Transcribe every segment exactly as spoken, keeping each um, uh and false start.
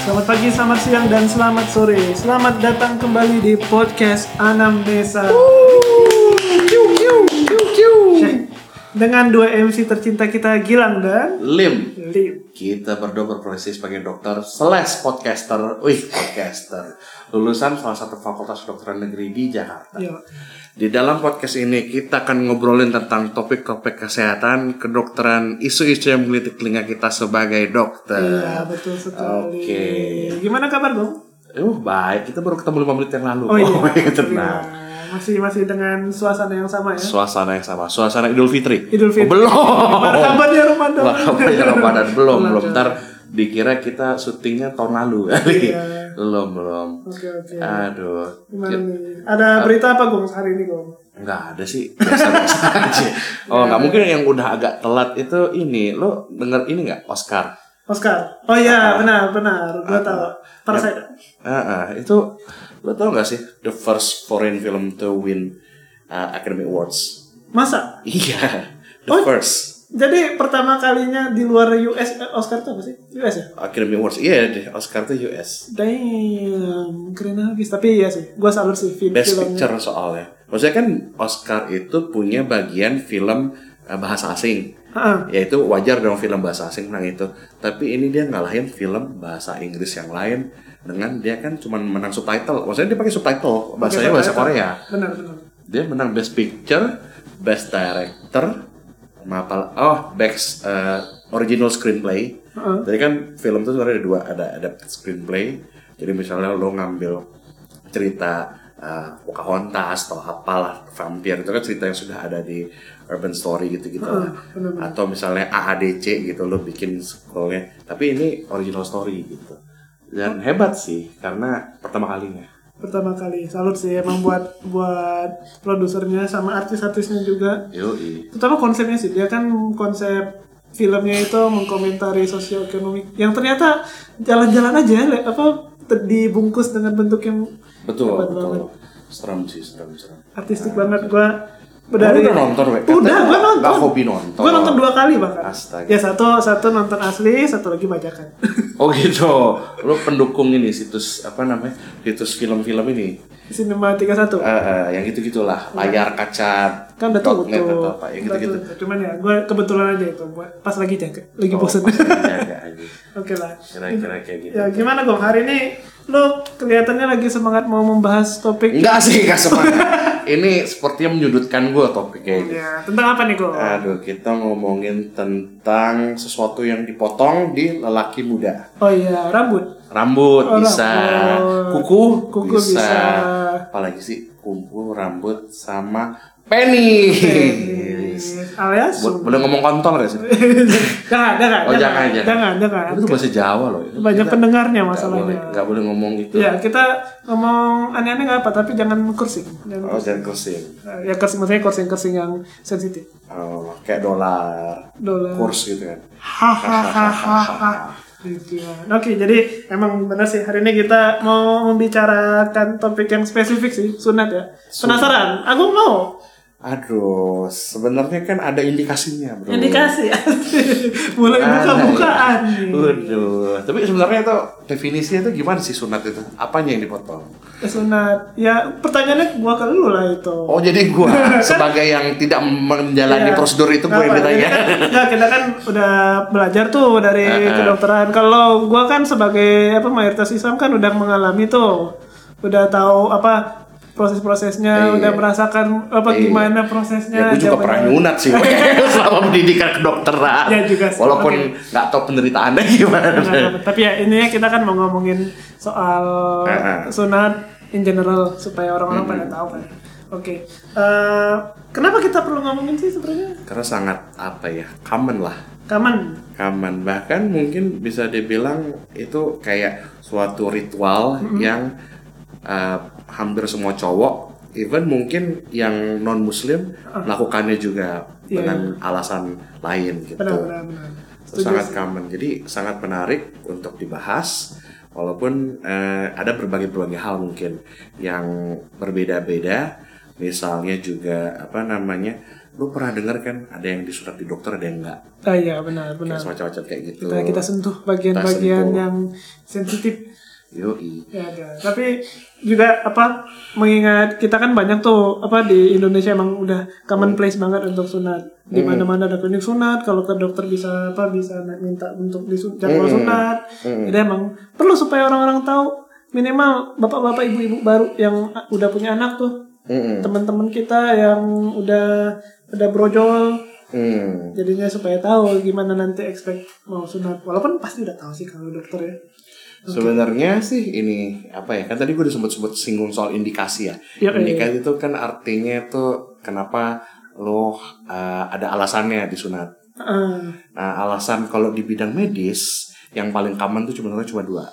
Selamat pagi, selamat siang, dan selamat sore. Selamat datang kembali di podcast Anamnesa. Dengan dua M C tercinta kita, Gilang dan Lim. Lim. Kita berdua berprofesi sebagai dokter slash podcaster. Wih, podcaster. Lulusan salah satu fakultas kedokteran negeri di Jakarta. Yo. Di dalam podcast ini kita akan ngobrolin tentang topik-topik kesehatan, kedokteran, isu-isu yang menggelitik telinga kita sebagai dokter. Iya, betul sekali. Oke. Gimana kabar, Bang? Oh, baik. Kita baru ketemu lima menit yang lalu. Oh, iya. Oh, iya, tenang. Masih masih dengan suasana yang sama ya. Suasana yang sama. Suasana Idul Fitri. Idul Fitri. Oh, belum. Marhaban ya Ramadan. Marhaban ya Ramadan. Belum, belum. Ntar dikira kita syutingnya tahun lalu kali. Iya. Belum, belum. Oke, oke. Aduh. Gimana nih? Ada berita apa, Gong, hari ini, Gong? Enggak ada sih, biasa-biasa aja. Oh, enggak mungkin yang udah agak telat itu ini. Lo denger ini enggak? Oscar. Oscar. Oh iya, uh, benar, benar. Gua uh, tahu. Parasite. Heeh, uh, uh, itu lo tau enggak sih the first foreign film to win uh, Academy Awards? Masa? Iya. The oh, first. Jadi pertama kalinya di luar U S Oscar itu apa sih? U S ya? Academy Awards. Iya deh, Oscar itu U S. Damn, keren habis. Tapi iya sih, gue salut sih film. Best Picture soalnya. Maksudnya kan Oscar itu punya bagian film uh, bahasa asing. Ha-ha. Yaitu wajar dong film bahasa asing menang itu. Tapi ini dia ngalahin film bahasa Inggris yang lain dengan dia kan cuma menang subtitle. Maksudnya dia pakai subtitle, bahasanya bahasa Korea. Benar, benar. Dia menang Best Picture, Best Director, apa oh best uh, original screenplay. Uh-huh. Jadi kan film itu sebenarnya ada dua, ada ada screenplay. Jadi misalnya lo ngambil cerita uh, Pocahontas atau apalah vampir, itu kan cerita yang sudah ada di urban story gitu-gitu uh-huh. lah. Atau misalnya A A D C gitu lo bikin sequelnya, tapi ini original story gitu. Dan uh-huh. hebat sih karena pertama kalinya. Pertama kali, salut sih emang buat buat produsernya sama artis-artisnya juga. Yoi. Terutama konsepnya sih, dia kan konsep filmnya itu mengkomentari sosioekonomi yang ternyata jalan-jalan aja, apa dibungkus dengan bentuk yang betul, betul. Serem sih, serem, serem. Artistik nah, banget gue. Dari, oh, udah nonton, wek. Udah, gue nonton. Gak hobi nonton. Gue nonton dua kali bahkan. Astaga. Ya satu satu nonton asli, satu lagi bajakan. Oh gitu. Lo pendukung ini situs apa namanya? Situs film-film ini. Cinema tiga puluh satu. Uh, uh, yang gitu-gitulah. Layar kaca. Kan udah tutup. Atau apa? Ya gitu-gitu. Cuman ya, gue kebetulan aja itu buat pas lagi jaga, lagi oh, bosan. Jaga aja. Oke lah. Kira-kira kayak gitu. Ya gimana Gong? Hari ini lo kelihatannya lagi semangat mau membahas topik. Enggak sih, enggak semangat. Ini sepertinya menyudutkan gue topiknya ini. Ya, tentang apa nih Gong? Aduh, kita ngomongin tentang sesuatu yang dipotong di lelaki muda. Oh iya, rambut. Rambut oh, bisa, rambut. kuku, kuku bisa. bisa. Apalagi sih kuku, rambut, sama penis. Penis. Alias Bo- boleh ngomong kontol gak sih? Jangan, jangan. Oh jangan, jangan. Jangan, jangan. Itu bahasa Jawa loh. Itu banyak kita pendengarnya masalahnya. Gak boleh, gak boleh ngomong itu. Ya, kita ngomong aneh-aneh gak apa, tapi jangan kursing. Jangan oh, jangan kursing. Ya kursing, maksudnya kursing-kursing yang sensitif. Oh, kayak dolar. Dolar. Kurs gitu kan. Hahaha. Gitu ya. Oke, jadi emang benar sih hari ini kita mau membicarakan topik yang spesifik sih, sunat ya. Penasaran? Aku mau. Aduh, sebenarnya kan ada indikasinya, bro. Indikasi, mulai buka-bukaan nih. Waduh, tapi sebenarnya itu definisinya itu gimana sih sunat itu? Apanya yang dipotong? Sunat, ya pertanyaannya gua ke lu lah itu. Oh jadi gua sebagai yang tidak menjalani ya, prosedur itu gua yang ditanya. Enggak, kita kan udah belajar tuh dari uh-huh. kedokteran. Kalau gua kan sebagai apa mayoritas Islam kan udah mengalami tuh, udah tahu apa proses-prosesnya, e, udah merasakan apa e, gimana prosesnya. Ya gue juga pernah nyunat sih selama pendidikan kedokteran. Ya juga sih. Walaupun nggak okay. tahu penderitaannya gimana. Nah, tapi ya intinya kita kan mau ngomongin soal uh-huh. sunat in general supaya orang-orang mm-hmm. pada tahu kan. Oke, okay. uh, kenapa kita perlu ngomongin sih sebenarnya? Karena sangat apa ya, common lah. Common. Common, bahkan mungkin bisa dibilang itu kayak suatu ritual mm-hmm. yang uh, hampir semua cowok, even mungkin yang non muslim uh. melakukannya juga yeah, dengan yeah. alasan lain gitu. Benar, benar, benar. Sangat common, jadi sangat menarik untuk dibahas. Walaupun eh, ada berbagai-berbagai hal mungkin yang berbeda-beda, misalnya juga apa namanya lu pernah dengar kan ada yang disunat di dokter, ada yang enggak. Ah iya benar benar. Kayak semacam-macam kayak gitu. Kita kita sentuh bagian-bagian yang sensitif. Yoi. Ya ada. Tapi juga apa mengingat kita kan banyak tuh apa di Indonesia emang udah commonplace banget untuk sunat. Di mana-mana ada klinik sunat, kalau ke dokter bisa apa bisa minta untuk disun- jadwal sunat. Mm. Jadi emang perlu supaya orang-orang tahu, minimal bapak-bapak ibu-ibu baru yang udah punya anak tuh. Mm. Teman-teman kita yang udah udah brojol. Mm. Jadinya supaya tahu gimana nanti expect mau sunat. Walaupun pasti udah tahu sih kalau dokter ya. Sebenarnya sih ini apa ya, kan tadi gue udah sebut-sebut singgung soal indikasi ya. Ya Indikasi itu kan artinya tuh kenapa lo uh, ada alasannya disunat. Uh. Nah alasan kalau di bidang medis yang paling common tuh sebenarnya cuma dua,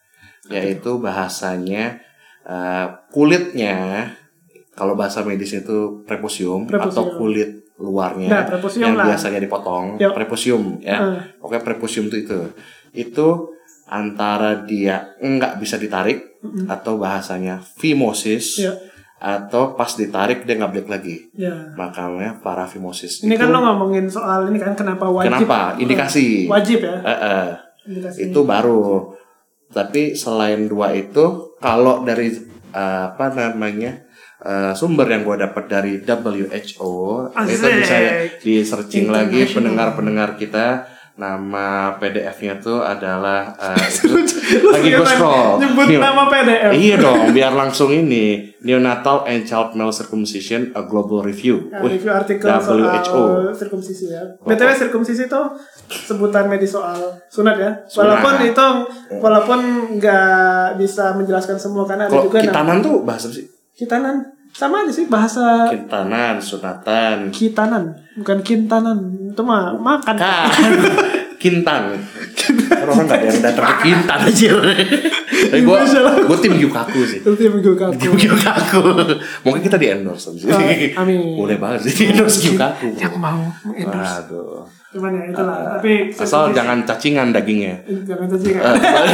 yaitu bahasanya uh, kulitnya, kalau bahasa medis itu prepusium, Prepusium. atau kulit luarnya Nah, prepusium yang lah. biasanya dipotong. Yuk. Prepusium ya, Uh. oke prepusium itu itu itu antara dia nggak bisa ditarik mm-hmm. atau bahasanya phimosis, Ya. atau pas ditarik dia nggak balik lagi. Ya. Makanya paraphimosis. Ini itu, kan lo ngomongin soal ini kan kenapa wajib? Kenapa? Indikasi. Wajib ya. Eh, eh. Indikasi. Itu baru. Tapi selain dua itu, kalau dari uh, apa namanya uh, sumber yang gue dapat dari W H O, Asik. itu bisa di searching lagi International. pendengar-pendengar kita. Nama P D F-nya tuh adalah uh, itu lagi gue Kan scroll. nyebut Nih, nama P D F. Iya dong, biar langsung ini Neonatal and Child Male Circumcision, a Global Review. Nah, Wih, review artikel W H O. soal sirkumsisi ya. B T W sirkumsisi itu sebutan medis soal sunat ya. Sunat. Walaupun itu walaupun nggak bisa menjelaskan semua karena ada Kalau juga kitanan tuh bahasa apa sih? Kitanan sama aja sih bahasa Kitanan, sunatan. kitanan, bukan kintanan. Itu mah makan. Kan. Kintan. Orang nggak ada yang datang ke Kintan aja. Tapi gue gue tim Yukaku sih. Itu tim Yukaku. Tim Yukaku. Mungkin kita di endorse abis Oh, ini. amin. Boleh banget sih di endorse Yukaku. Yang mau endorse. Waduh. Cuman ya itulah. Uh, Tapi asal jangan cacingan dagingnya. jangan caci kan.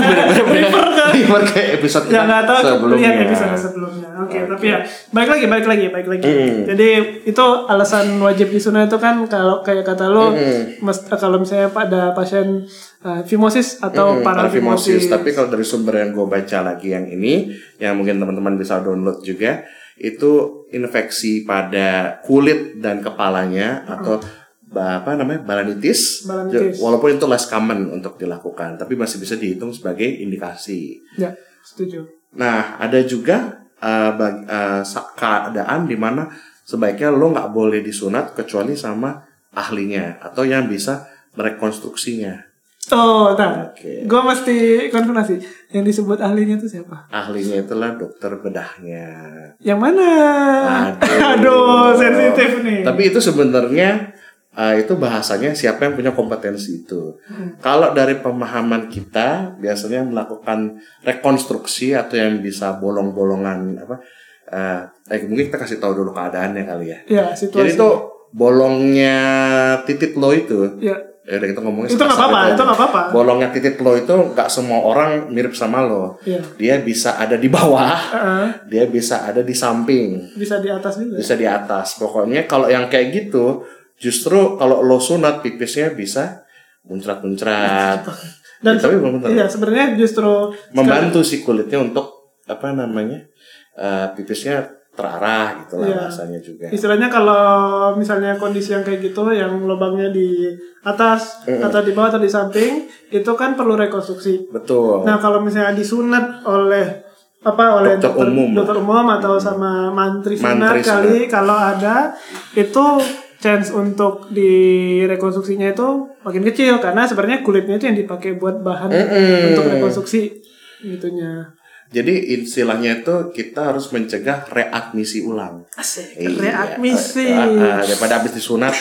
Refer ke episode Ya nggak tahu sebelumnya. lihat episode sebelumnya. Oke, okay, Oke. tapi ya balik lagi, balik lagi, balik lagi. Mm. Jadi itu alasan wajib disunat itu kan kalau kayak kata lo, Mm. mest, kalau misalnya pada pasien uh, phimosis atau Hmm, paraphimosis. Tapi kalau dari sumber yang gue baca lagi yang ini, yang mungkin teman-teman bisa download juga, itu infeksi pada kulit dan kepalanya hmm. atau apa namanya balanitis. Balanitis. Walaupun itu less common untuk dilakukan, tapi masih bisa dihitung sebagai indikasi. Ya, setuju. Nah, ada juga uh, bag, uh, keadaan di mana sebaiknya lo nggak boleh disunat kecuali sama ahlinya atau yang bisa merekonstruksinya. Oh, entar. Oke. Gue mesti konfirmasi. Yang disebut ahlinya itu siapa? Ahlinya itulah dokter bedahnya. Yang mana? Aduh, Aduh sensitif nih. Tapi itu sebenarnya uh, itu bahasanya siapa yang punya kompetensi itu. Hmm. Kalau dari pemahaman kita biasanya melakukan rekonstruksi atau yang bisa bolong-bolongan apa? Uh, eh, mungkin kita kasih tahu dulu keadaannya kali ya. Ya, situasi. Jadi itu bolongnya titik lo itu. Ya. Ya udah kita ngomongin Itu nggak apa-apa, itu nggak apa-apa. Bolongnya titik lo itu nggak semua orang mirip sama lo. Iya. Dia bisa ada di bawah, Uh-uh. dia bisa ada di samping, Bisa di atas juga. bisa di atas. Pokoknya kalau yang kayak gitu, justru kalau lo sunat pipisnya bisa muncrat-muncrat. Dan ya, tapi belum iya sebenarnya justru membantu si kulitnya untuk apa namanya uh, pipisnya terarah gitulah iya. bahasanya juga. Istilahnya kalau misalnya kondisi yang kayak gitu yang lubangnya di atas mm-hmm. atau di bawah atau di samping itu kan perlu rekonstruksi. Betul. Nah kalau misalnya disunat oleh apa oleh dokter, dokter umum, dokter umum atau sama mantri sunat Mantri kali sunat. Kalau ada itu chance untuk direkonstruksinya itu makin kecil karena sebenarnya kulitnya itu yang dipakai buat bahan mm-hmm. untuk rekonstruksi gitunya. Jadi istilahnya itu kita harus mencegah readmisi ulang. Asik. Iya. Readmisi. Uh, uh, daripada habis disunat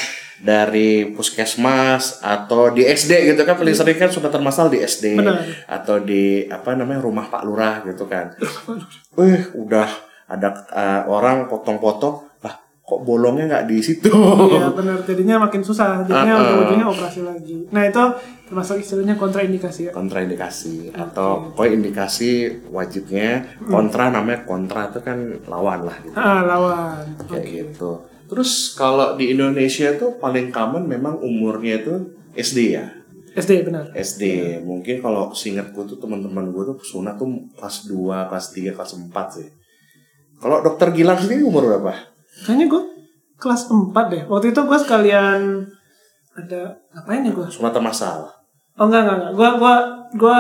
dari puskesmas atau di S D gitu kan, paling sering kan sunatan massal di S D. Benar. Atau di apa namanya rumah Pak Lurah gitu kan. Wih, udah ada uh, orang potong-potong, lah kok bolongnya nggak di situ. Iya benar, jadinya makin susah, jadinya uh, uh. ujung-ujungnya operasi lagi. Nah itu termasuk istilahnya kontraindikasi ya. Kontraindikasi atau pokoknya indikasi wajibnya kontra, namanya kontra itu kan lawan lah gitu. Ah lawan. Kayak Okay. gitu. Terus kalau di Indonesia tuh paling common memang umurnya tuh S D ya. S D benar. S D. Ya. Mungkin kalau seingatku tuh teman-teman gue tuh sunat tuh kelas dua, kelas tiga, kelas empat sih. Kalau dokter Gilang sendiri umur berapa? Kayaknya gue kelas empat deh. Waktu itu gue sekalian ada ngapain ya gue? Sunatan massal. Oh enggak enggak enggak. Gue gue gue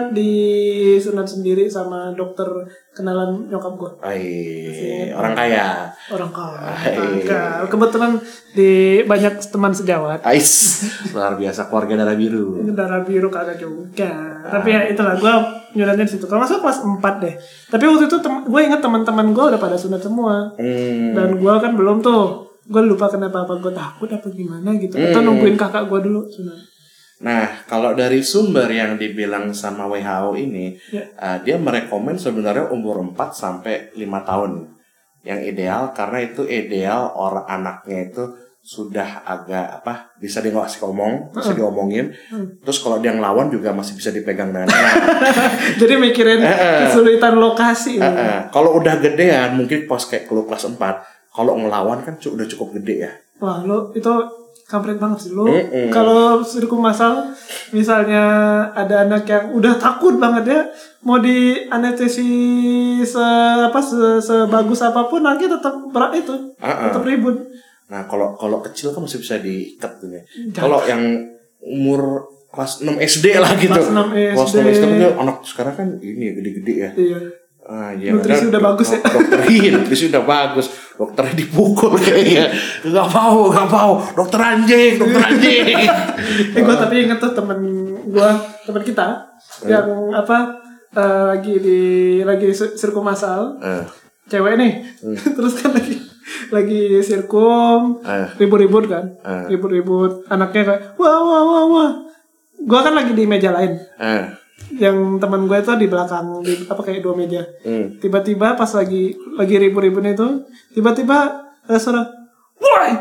disunat sendiri sama dokter kenalan nyokap gue. Ay, orang kaya. Orang kaya. Kebetulan di banyak teman sejawat. Ais, luar biasa keluarga darah biru. Darah biru kagak juga. Ah. Tapi ya itulah gue nyuratnya di situ. Kalau masuk kelas empat deh. Tapi waktu itu tem- gue ingat teman-teman gue udah pada sunat semua. Hmm. Dan gue kan belum tuh. Gue lupa kenapa apa gue takut apa gimana gitu. Hmm. Atau nungguin kakak gue dulu sunat. Nah, kalau dari sumber yang dibilang sama W H O ini, yeah. uh, dia merekomen sebenarnya umur empat sampai lima tahun yang ideal, karena itu ideal orang anaknya itu sudah agak apa bisa dia ngasih ngomong, bisa uh-uh. diomongin. Uh. Terus kalau dia ngelawan juga masih bisa dipegang dengan jadi mikirin uh-uh. kesulitan lokasi. Uh-uh. Kalau udah gedean, mungkin pas kayak kelas empat, kalau ngelawan kan udah cukup gede ya. Wah, lo itu kampret banget sih lo. Mm-mm. Kalau sirkum masal misalnya ada anak yang udah takut banget ya, mau di anestesi se apa se, sebagus apapun nanti tetap berat itu, uh-uh. tetap ribut. Nah, kalau kalau kecil kan masih bisa diikat tuh ya. Kalau yang umur kelas enam S D lah gitu. Kelas enam S D. Kelas enam S D kan anak sekarang kan ini gede-gede ya. Iya. Ah, ya, nutrisi udah dok- bagus ya. Dokter iya, nutrisi udah bagus. Dokternya dipukul kayaknya. Gak mau, gak mau. Dokter anjing, dokter anjing. eh gue tapi inget tuh temen gue, temen kita hmm. yang apa uh, lagi di lagi sirkum masal, hmm. cewek nih. Hmm. Terus kan lagi lagi sirkum, hmm. ribut-ribut kan, hmm. ribut-ribut. Anaknya kayak wah wah wah wah. Gue kan lagi di meja lain. Hmm. Yang teman gue itu di belakang di apa kayak dua meja. Hmm. Tiba-tiba pas lagi lagi ribut-ributnya itu, tiba-tiba ada suara, "Woi!"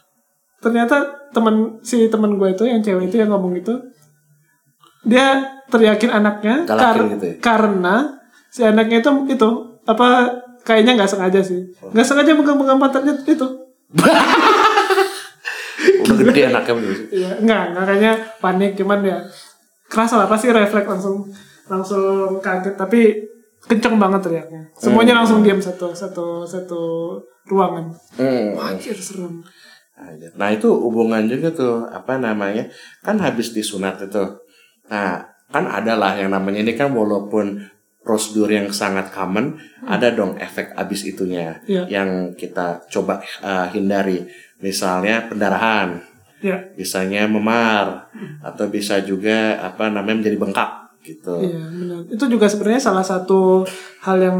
Ternyata teman si teman gue itu yang cewek itu yang ngomong itu, dia teriakin anaknya kar- gitu ya? Karena si anaknya itu itu apa kayaknya nggak sengaja sih, nggak sengaja megang-megang pantatnya itu. Udah gede anaknya bener. Iya, enggak, enggak kayaknya panik cuman ya. Kerasa lah pasti refleks langsung langsung kaget tapi kenceng banget teriaknya. Semuanya hmm. langsung diam satu satu satu ruangan. Hmm. Anjir serem. Nah itu hubungan juga tuh apa namanya kan habis disunat itu. Nah kan ada lah yang namanya ini kan walaupun prosedur yang sangat common hmm. ada dong efek abis itunya ya. Yang kita coba uh, hindari. Misalnya pendarahan. Ya. Bisanya memar hmm. atau bisa juga apa namanya menjadi bengkak gitu. Iya benar. Itu juga sebenarnya salah satu hal yang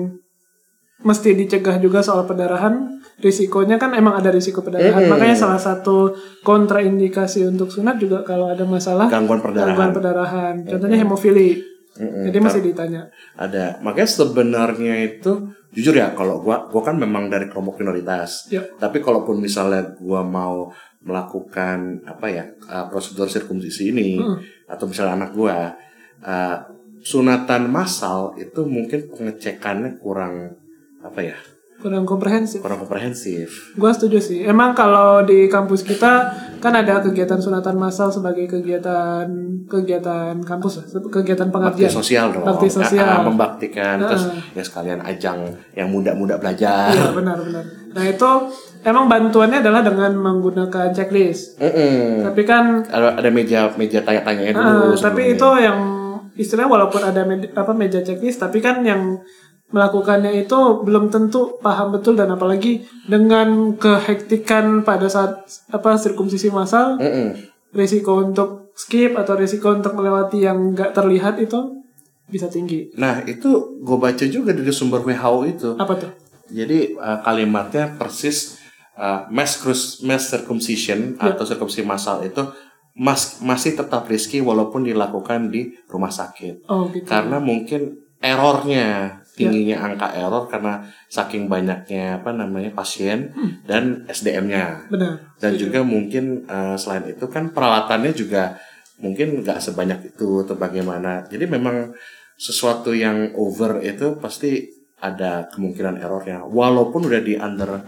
mesti dicegah juga soal pendarahan. Risikonya kan emang ada risiko pendarahan. Hmm. Makanya salah satu kontraindikasi untuk sunat juga kalau ada masalah gangguan perdarahan. Gangguan perdarahan. Contohnya hmm. hemofili. Hmm. Jadi masih ditanya. Ada. Makanya sebenarnya itu jujur ya kalau gua gua kan memang dari kelompok minoritas. Ya. Tapi kalaupun misalnya gua mau melakukan apa ya uh, prosedur sirkumsisi ini hmm. atau misalnya anak gua uh, sunatan massal itu mungkin pengecekannya kurang apa ya kurang komprehensif kurang komprehensif gua setuju sih. Emang kalau di kampus kita kan ada kegiatan sunatan massal sebagai kegiatan kegiatan kampus kegiatan pengabdian bakti sosial dong bakti sosial nah, membaktikan uh. terus ya sekalian ajang yang muda-muda belajar. Iya benar-benar. Nah itu emang bantuannya adalah dengan menggunakan checklist. Mm-mm. Tapi kan ada, ada meja meja tanya-tanyanya dulu. Uh, tapi itu yang istilahnya walaupun ada med, apa meja checklist, tapi kan yang melakukannya itu belum tentu paham betul dan apalagi dengan kehektikan pada saat apa sirkumsisi massal, Mm-mm. risiko untuk skip atau risiko untuk melewati yang nggak terlihat itu bisa tinggi. Nah itu gue baca juga dari sumber W H O itu. Apa tuh? Jadi uh, kalimatnya persis uh, mass, mass circumcision ya. Atau sirkumsisi massal itu mas, masih tetap risky walaupun dilakukan di rumah sakit. Oh, gitu. Karena mungkin errornya tingginya ya. Angka error karena saking banyaknya apa namanya pasien hmm. dan S D M-nya. Benar. Dan juga mungkin uh, selain itu kan peralatannya juga mungkin nggak sebanyak itu atau bagaimana. Jadi memang sesuatu yang over itu pasti ada kemungkinan errornya walaupun udah di under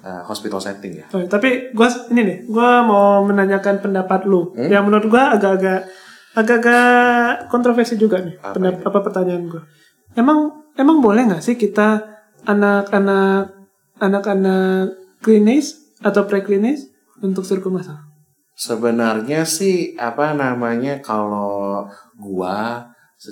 uh, hospital setting ya. Oh, tapi gue ini nih, gue mau menanyakan pendapat lu. Hmm? Yang menurut gue agak-agak agak-agak kontroversi juga nih. Apa, pendap- apa pertanyaan gue? Emang emang boleh nggak sih kita anak-anak anak-anak klinis atau preklinis untuk sirkum masal? Sebenarnya sih apa namanya kalau gua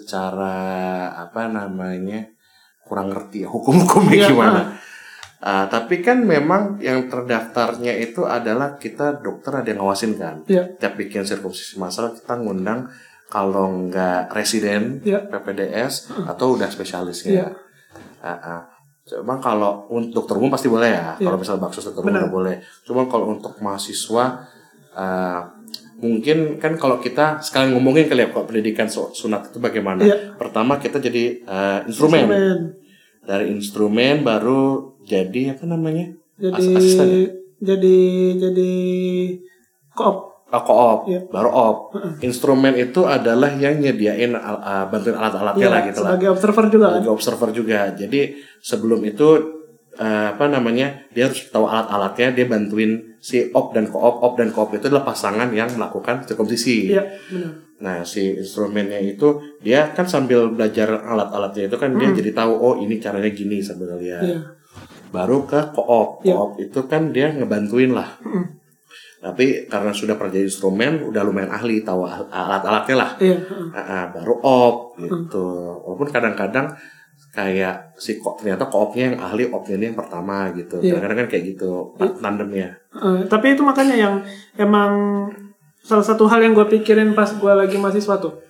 secara apa namanya kurang ngerti ya hukum-hukumnya ya, gimana. Uh. Uh, tapi kan memang yang terdaftarnya itu adalah kita dokter ada yang ngawasin kan. Ya. Tiap bikin sirkumsisi massal kita ngundang kalau nggak residen ya. P P D S uh. atau udah spesialisnya. Ya. Uh, uh. Cuma kalau untuk dokter umum pasti boleh ya. ya. Kalau misal baksos dokter umum boleh. Cuma kalau untuk mahasiswa uh, mungkin kan kalau kita sekalian ngomongin kali ya kok pendidikan sunat itu bagaimana. Ya. Pertama kita jadi uh, instrumen. instrumen. Dari instrumen baru jadi apa namanya? Jadi asisten. Jadi jadi koop. Oh, koop, ya. Baru op. Uh-uh. Instrumen itu adalah yang nyediain uh, bantuin alat-alatnya ya, lah gitu sebagai lah. observer juga kan. Sebagai observer juga. Jadi sebelum itu uh, apa namanya? Dia harus tahu alat-alatnya, dia bantuin si op dan koop. Op dan koop itu adalah pasangan yang melakukan sirkumsisi. Iya, benar. Nah, si instrumennya itu dia kan sambil belajar alat-alatnya itu kan mm. dia jadi tahu oh ini caranya gini sambil lihat. Iya. Baru ke koop. Iya. Koop itu kan dia ngebantuin lah. Mm. Tapi karena sudah pernah jadi instrumen, udah lumayan ahli tahu alat-alatnya lah. Iya. Uh, uh, baru op gitu. Uh. Walaupun kadang-kadang kayak si koop ternyata koopnya yang ahli, opnya ini yang pertama gitu. Iya. Kadang-kadang kan kayak gitu, iya. tandemnya. Uh, tapi itu makanya yang emang salah satu hal yang gue pikirin pas gue lagi mahasiswa tuh.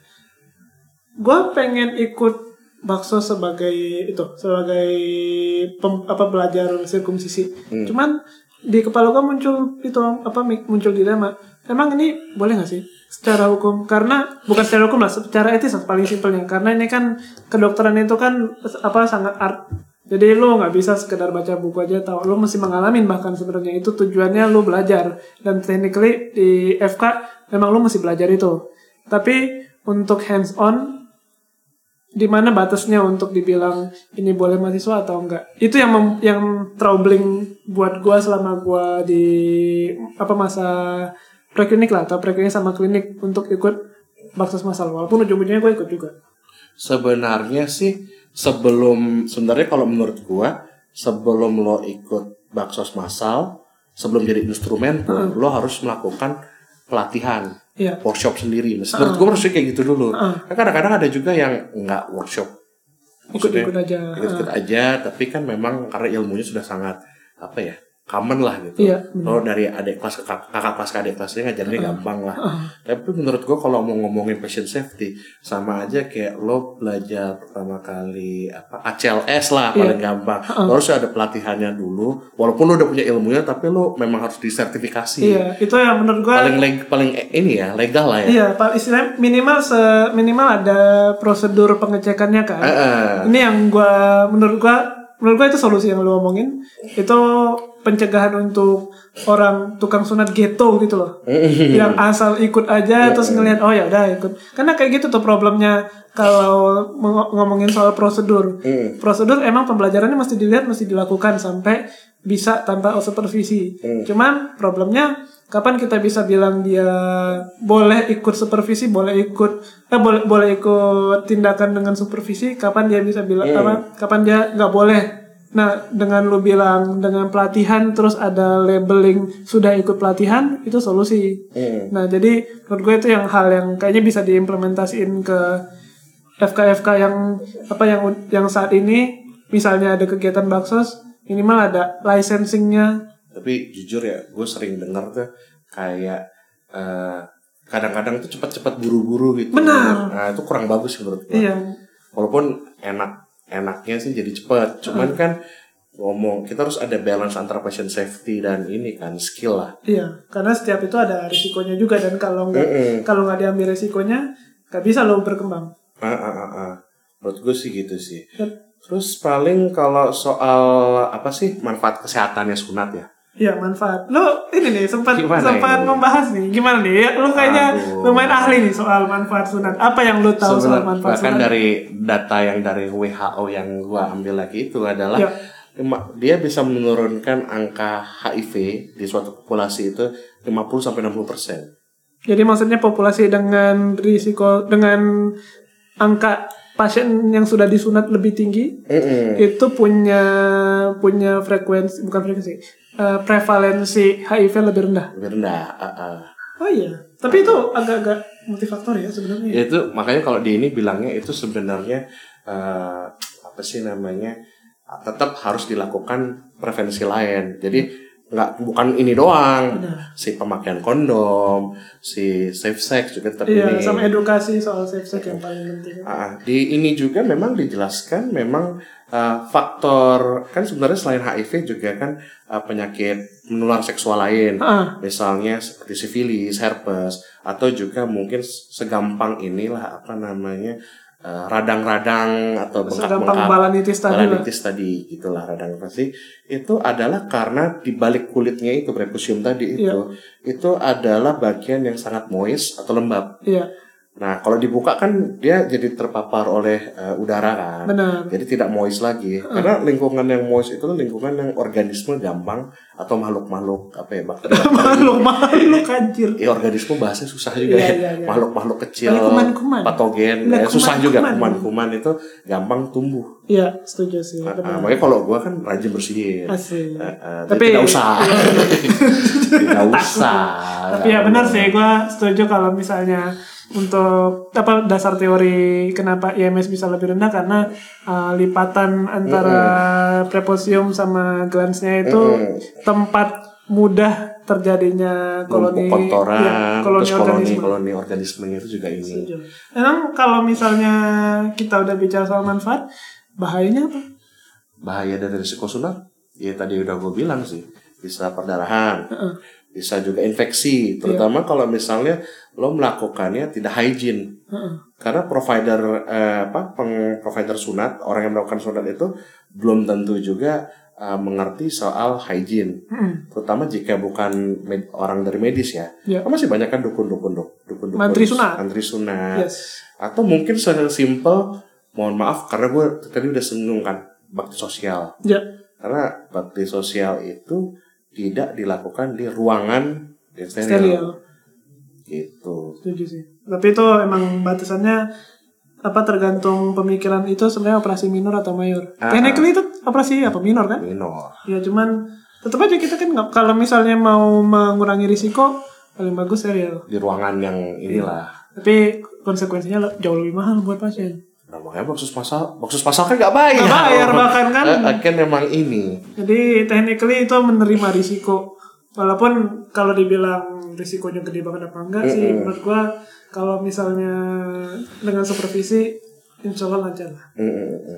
Gue pengen ikut baksos sebagai itu, sebagai pem, apa belajar sirkumsisi. Hmm. Cuman di kepala gue muncul itu apa muncul dilema. Emang ini boleh nggak sih secara hukum? Karena bukan secara hukum lah, secara etis paling simpelnya. Karena ini kan kedokteran itu kan apa sangat art. Jadi lo nggak bisa sekedar baca buku aja tahu. Lo mesti mengalamin bahkan sebenarnya itu tujuannya lo belajar. Dan technically di F K memang lo mesti belajar itu. Tapi untuk hands on di mana batasnya untuk dibilang ini boleh mahasiswa atau enggak? Itu yang mem- yang troubling buat gue selama gue di apa masa preklinik lah atau preklinik sama klinik untuk ikut baksos massal. Walaupun ujung-ujungnya gue ikut juga. Sebenarnya sih sebelum sebenarnya kalau menurut gue sebelum lo ikut baksos massal sebelum jadi instrumen pun uh-uh. lo harus melakukan pelatihan. Yeah. Workshop sendiri. Menurut uh, gue harusnya kayak gitu dulu. Uh, kan kadang-kadang ada juga yang nggak workshop. Ikut-ikut aja. Ikut-ikut uh. aja, tapi kan memang karena ilmunya sudah sangat apa ya, common lah gitu. Yeah, lo dari adik kelas ke kakak kelas ke adik kelasnya ngajarnya uh. gampang lah. Uh. Tapi menurut gue kalau mau ngomongin patient safety sama aja kayak lo belajar pertama kali apa A C L S lah paling yeah. gampang. Uh. Lo harus ada pelatihannya dulu. Walaupun lo udah punya ilmunya, tapi lo memang harus disertifikasi. Iya, yeah, itu yang menurut gue paling leg, paling ini ya legal lah ya. Iya, paling istilahnya minimal se minimal ada prosedur pengecekannya kan. Uh. Uh. Ini yang gue menurut gue menurut gue itu solusi yang lo omongin itu pencegahan untuk orang tukang sunat ghetto gitu loh. Yang asal ikut aja terus ngelihat oh ya udah ikut. Karena kayak gitu tuh problemnya kalau ngomongin soal prosedur. Prosedur emang pembelajarannya mesti dilihat, mesti dilakukan sampai bisa tanpa supervisi. Cuman problemnya kapan kita bisa bilang dia boleh ikut supervisi, boleh ikut eh boleh boleh ikut tindakan dengan supervisi, kapan dia bisa bilang mm. apa? Kapan dia nggak boleh? Nah, dengan lu bilang dengan pelatihan terus ada labeling sudah ikut pelatihan itu solusi. Mm. Nah, jadi menurut gue itu yang hal yang kayaknya bisa diimplementasiin ke F K F K yang apa yang yang saat ini misalnya ada kegiatan baksos minimal ada licensingnya. Tapi jujur ya, gue sering dengar tuh kayak uh, kadang-kadang tuh cepat-cepat buru-buru gitu. Benar. Nah itu kurang bagus menurut gue. Iya. Walaupun enak enaknya sih jadi cepat, cuman uh. kan ngomong kita harus ada balance antara patient safety dan ini kan skill lah. Iya, karena setiap itu ada risikonya juga dan kalau nggak mm-hmm. kalau nggak diambil risikonya nggak bisa lo berkembang. Ah ah ah. ah. Menurut gue sih gitu sih. Yep. Terus paling kalau soal apa sih manfaat kesehatannya sunat ya? Iya manfaat. Lo ini nih sempat gimana sempat ini? membahas nih. Gimana nih? Ya, lo kayaknya Aduh. lumayan ahli nih soal manfaat sunat. Apa yang lo tahu Sebenernya, soal manfaat bahkan sunat? Bahkan dari data yang dari W H O yang gua ambil lagi itu adalah ya. dia bisa menurunkan angka H I V di suatu populasi itu lima puluh sampai enam puluh persen. Jadi maksudnya populasi dengan risiko dengan angka pasien yang sudah disunat lebih tinggi mm-hmm. itu punya punya frekuensi bukan frekuensi uh, prevalensi H I V lebih rendah. Lebih rendah. Uh, uh. Oh iya. Tapi itu agak-agak multifaktor ya sebenarnya. Ya, itu makanya kalau di ini bilangnya itu sebenarnya uh, apa sih namanya tetap harus dilakukan prevensi lain. Jadi nggak bukan ini doang. Benar. Si pemakaian kondom, si safe sex juga tetap iya, ini. Iya, sama edukasi soal safe sex yang paling penting. Uh, di ini juga memang dijelaskan memang uh, faktor kan sebenarnya selain H I V juga kan uh, penyakit menular seksual lain, uh. misalnya seperti sifilis, herpes, atau juga mungkin segampang inilah apa namanya. Uh, radang-radang atau bengkak-bengkak balanitis tadi, balanitis tadi gitulah radang pasti itu adalah karena di balik kulitnya itu prepucium tadi itu yeah. itu adalah bagian yang sangat moist atau lembab. Yeah. Nah kalau dibuka kan dia jadi terpapar oleh uh, udara kan. Benar. Jadi tidak moist lagi uh. karena lingkungan yang moist itu lingkungan yang organisme gampang atau makhluk-makhluk apa ya bakteri. makhluk-makhluk anjir. Ya organisme bahasanya susah juga yeah, ya. Yeah, yeah. Makhluk-makhluk kecil, kuman-kuman. patogen, ya, susah juga kuman-kuman itu gampang tumbuh. Iya, setuju sih. Nah, uh, makanya kalau gue kan rajin bersihin. Asik. Uh, uh, Tapi tidak usah. tidak usah. Tapi ya benar sih, gue setuju kalau misalnya untuk apa dasar teori kenapa I M S bisa lebih rendah karena uh, lipatan antara mm-hmm. prepucium sama glandsnya itu mm-hmm. tempat mudah terjadinya koloni kotoran, ya, koloni terus organisme. koloni koloni organismenya itu juga ini. Memang kalau misalnya kita udah bicara soal manfaat, bahayanya apa? Bahaya dari risiko sunat, ya tadi udah gue bilang sih, bisa perdarahan. Uh-uh. Bisa juga infeksi, terutama yeah. kalau misalnya lo melakukannya tidak hygiene, uh-uh. karena provider eh, apa peng provider sunat orang yang melakukan sunat itu belum tentu juga uh, mengerti soal hygiene, uh-uh. terutama jika bukan med- orang dari medis ya, yeah. kan masih banyak kan dukun-dukun dukun-dukun mantri sunat, mantri sunat, yes. atau mungkin sesimpel mohon maaf karena gue tadi udah singgung kan bakti sosial, yeah. karena bakti sosial itu tidak dilakukan di ruangan steril. steril. Gitu. Setuju sih. Tapi itu emang batasannya apa tergantung pemikiran itu sebenarnya operasi minor atau mayor. Ah, Technically itu operasi apa minor kan? Minor. Ya cuman tetap aja kita kan nggak kalau misalnya mau mengurangi risiko paling bagus steril. Di ruangan yang inilah. Ya. Tapi konsekuensinya jauh lebih mahal buat pasien. Nah, makanya baksus pasal, baksus pasal kan nggak bayar. Nggak bayar bahkan kan. Kan memang ini. Jadi technically itu menerima risiko. Walaupun kalau dibilang risikonya gede banget apa enggak mm-hmm. sih, menurut gua kalau misalnya dengan supervisi, insya Allah lancar lah. Mm-hmm.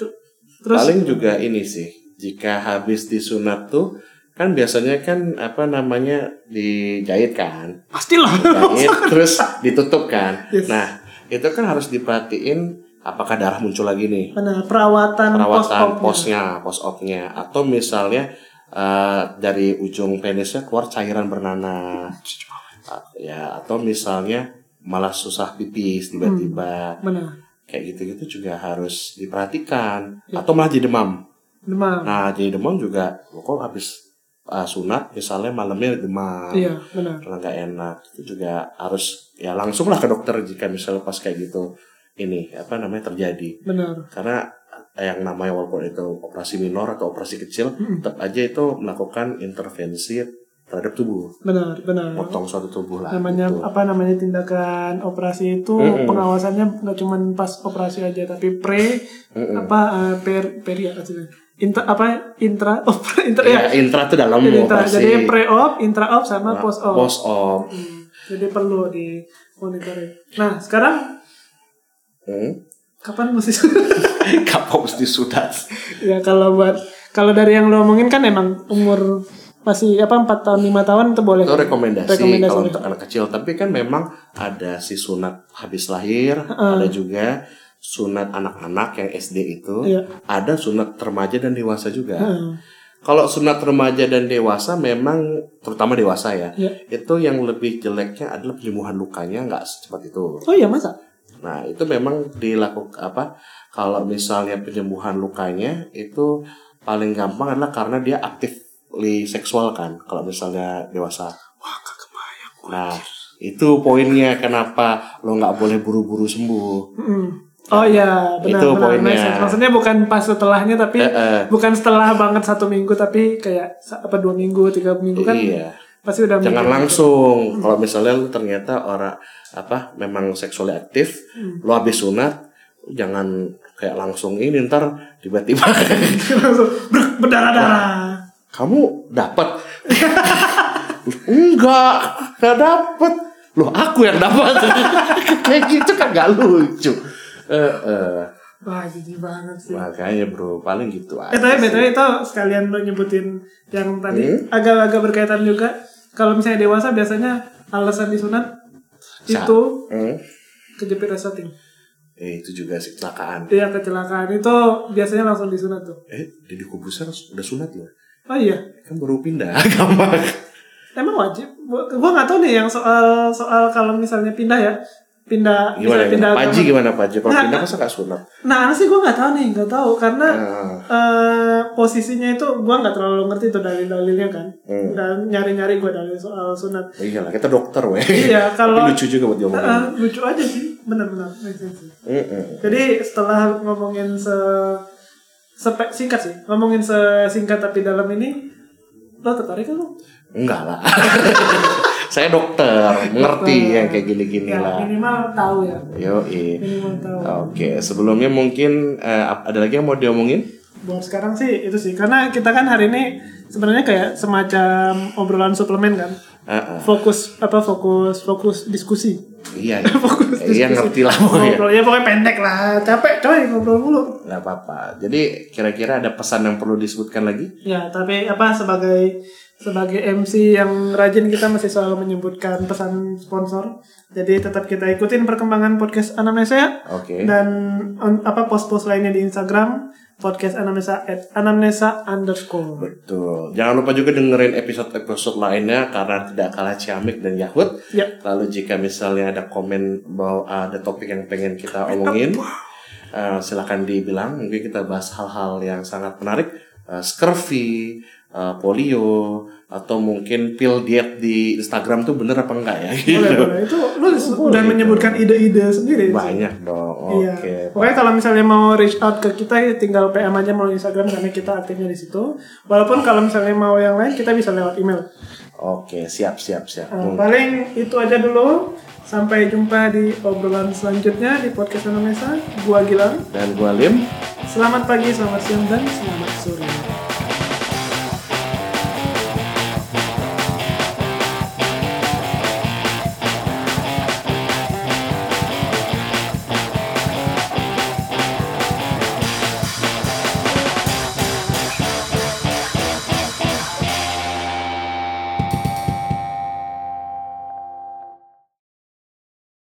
Terus paling juga ini sih, jika habis disunat tuh kan biasanya kan apa namanya dijahit kan? Pastilah. Dijahit terus ditutup kan. Yes. Nah itu kan harus diperhatiin. Apakah darah muncul lagi nih? Benar, perawatan, perawatan posnya, post op-nya, atau misalnya uh, dari ujung penisnya keluar cairan bernanah, uh, ya, atau misalnya malah susah pipis tiba-tiba, hmm, benar. Kayak gitu-gitu juga harus diperhatikan, ya. Atau malah jadi demam. Demam. Nah, jadi demam juga, kok habis uh, sunat, misalnya malamnya demam, iya, benar. Karena nggak enak, itu juga harus ya langsunglah ke dokter jika misalnya pas kayak gitu. Ini apa namanya terjadi. Benar. Karena yang namanya walaupun itu operasi minor atau operasi kecil, mm-hmm. tetap aja itu melakukan intervensi terhadap tubuh. Benar, benar. Potong suatu tubuh lah. Namanya gitu. apa namanya tindakan operasi itu mm-hmm. pengawasannya nggak cuma pas operasi aja, tapi pre mm-hmm. apa uh, per peri artinya. Intra apa intra op intra ya, ya intra itu dalam intra, operasi. Jadi pre op, intra op sama post op. Post op. Hmm, jadi perlu di monitoring. Nah, sekarang Hmm? kapan mesti kapan mesti sunat? Ya kalau buat kalau dari yang lo omongin kan emang umur masih apa empat tahun lima tahun itu boleh. Itu rekomendasi, rekomendasi kalau boleh. Untuk anak kecil, tapi kan memang ada si sunat habis lahir, uh. ada juga sunat anak-anak yang S D itu, iya. Ada sunat remaja dan dewasa juga. Uh. Kalau sunat remaja dan dewasa memang terutama dewasa ya, iya. Itu yang lebih jeleknya adalah penyembuhan lukanya nggak secepat itu. Oh iya masa? Nah itu memang dilakukan apa? Kalau misalnya penyembuhan lukanya itu paling gampang adalah karena dia actively seksual kan kalau misalnya dewasa. Wah, gak kebayang. Nah, itu poinnya kenapa lo nggak boleh buru-buru sembuh. Mm. Oh iya, benar. Itu benar, poinnya. Nice. Maksudnya bukan pas setelahnya, tapi Eh, eh. bukan setelah banget satu minggu, tapi kayak apa dua minggu, tiga minggu kan? Iya. Pasti udah. Jangan mikir. langsung. Hmm. Kalau misalnya lu ternyata orang apa memang seksualnya aktif, hmm. lo habis sunat, jangan kayak langsung ini ntar tiba-tiba langsung berdarah-darah. Kamu dapat? Enggak, nggak dapat. Loh, aku yang dapat. Kayak gitu kan nggak lucu. Uh, uh. Wah, jijik banget sih. Makanya bro, paling gitu aja. Eh tapi betul itu sekalian lo nyebutin yang tadi hmm? agak-agak berkaitan juga. Kalau misalnya dewasa biasanya alasan disunat Sa- itu hmm? kejepit resleting. Eh itu juga sih kecelakaan. Iya, kecelakaan itu biasanya langsung disunat tuh. Eh, Deddy Corbuzier udah sunat loh. Oh iya. Kan baru pindah gampang. Emang wajib? Gua nggak tahu nih yang soal soal kalau misalnya pindah ya. Pindah gimana, pindah gimana? Paji gimana Paji? Kalau nah, pindah masa nggak sunat? Nah, sih gue nggak tahu nih, nggak tahu karena nah. uh, posisinya itu gue nggak terlalu ngerti tuh dalil-dalilnya kan. Hmm. Dan nyari-nyari gue dalil soal sunat. Iya lah, kita dokter weh. Iya, kalau lucu juga buat diomongin. Uh, lucu aja sih, benar-benar. Mm-hmm. Jadi setelah ngomongin se, sepe, singkat sih, ngomongin sesingkat tapi dalam ini, lo tertarik kan lo? Enggak lah. Saya dokter, mengerti yang kayak gini-gini ya, lah. Minimal tahu ya. Yoi. Minimal tahu. Oke, sebelumnya mungkin uh, ada lagi yang mau diomongin? Buat sekarang sih itu sih, karena kita kan hari ini sebenarnya kayak semacam obrolan suplemen kan. Uh-uh. Fokus apa fokus fokus diskusi. Iya. iya. fokus diskusi. Iya ngerti lah pokoknya. Ngobrolnya pokoknya pendek lah, capek coy ngobrol mulu. Nggak apa-apa. Jadi kira-kira ada pesan yang perlu disebutkan lagi? Ya, tapi apa sebagai sebagai M C yang rajin kita masih selalu menyebutkan pesan sponsor. Jadi tetap kita ikutin perkembangan podcast Anamnesia. Oke. Okay. Dan on, apa post-post lainnya di Instagram podcast Anamnesia at anamnesa underscore. Betul. Jangan lupa juga dengerin episode-episode lainnya karena tidak kalah ciamik dan yahut. Yep. Lalu jika misalnya ada komen bahwa ada topik yang pengen kita omongin, uh, silakan dibilang. Mungkin kita bahas hal-hal yang sangat menarik, uh, scurvy, uh, polio, atau mungkin pil diet di Instagram tuh bener apa enggak ya? Gitu. Boleh, boleh. Itu lu oh, udah boleh, menyebutkan ide-ide sendiri. Banyak sih. Dong. Oke. Iya. Okay. Pokoknya kalau misalnya mau reach out ke kita, tinggal P M aja melalui Instagram karena kita aktifnya di situ. Walaupun kalau misalnya mau yang lain, kita bisa lewat email. Oke, siap, siap, siap. Uh, paling itu aja dulu. Sampai jumpa di obrolan selanjutnya di podcast Anamnesia. Gua Gilang dan gua Lim. Selamat pagi, selamat siang, dan selamat sore.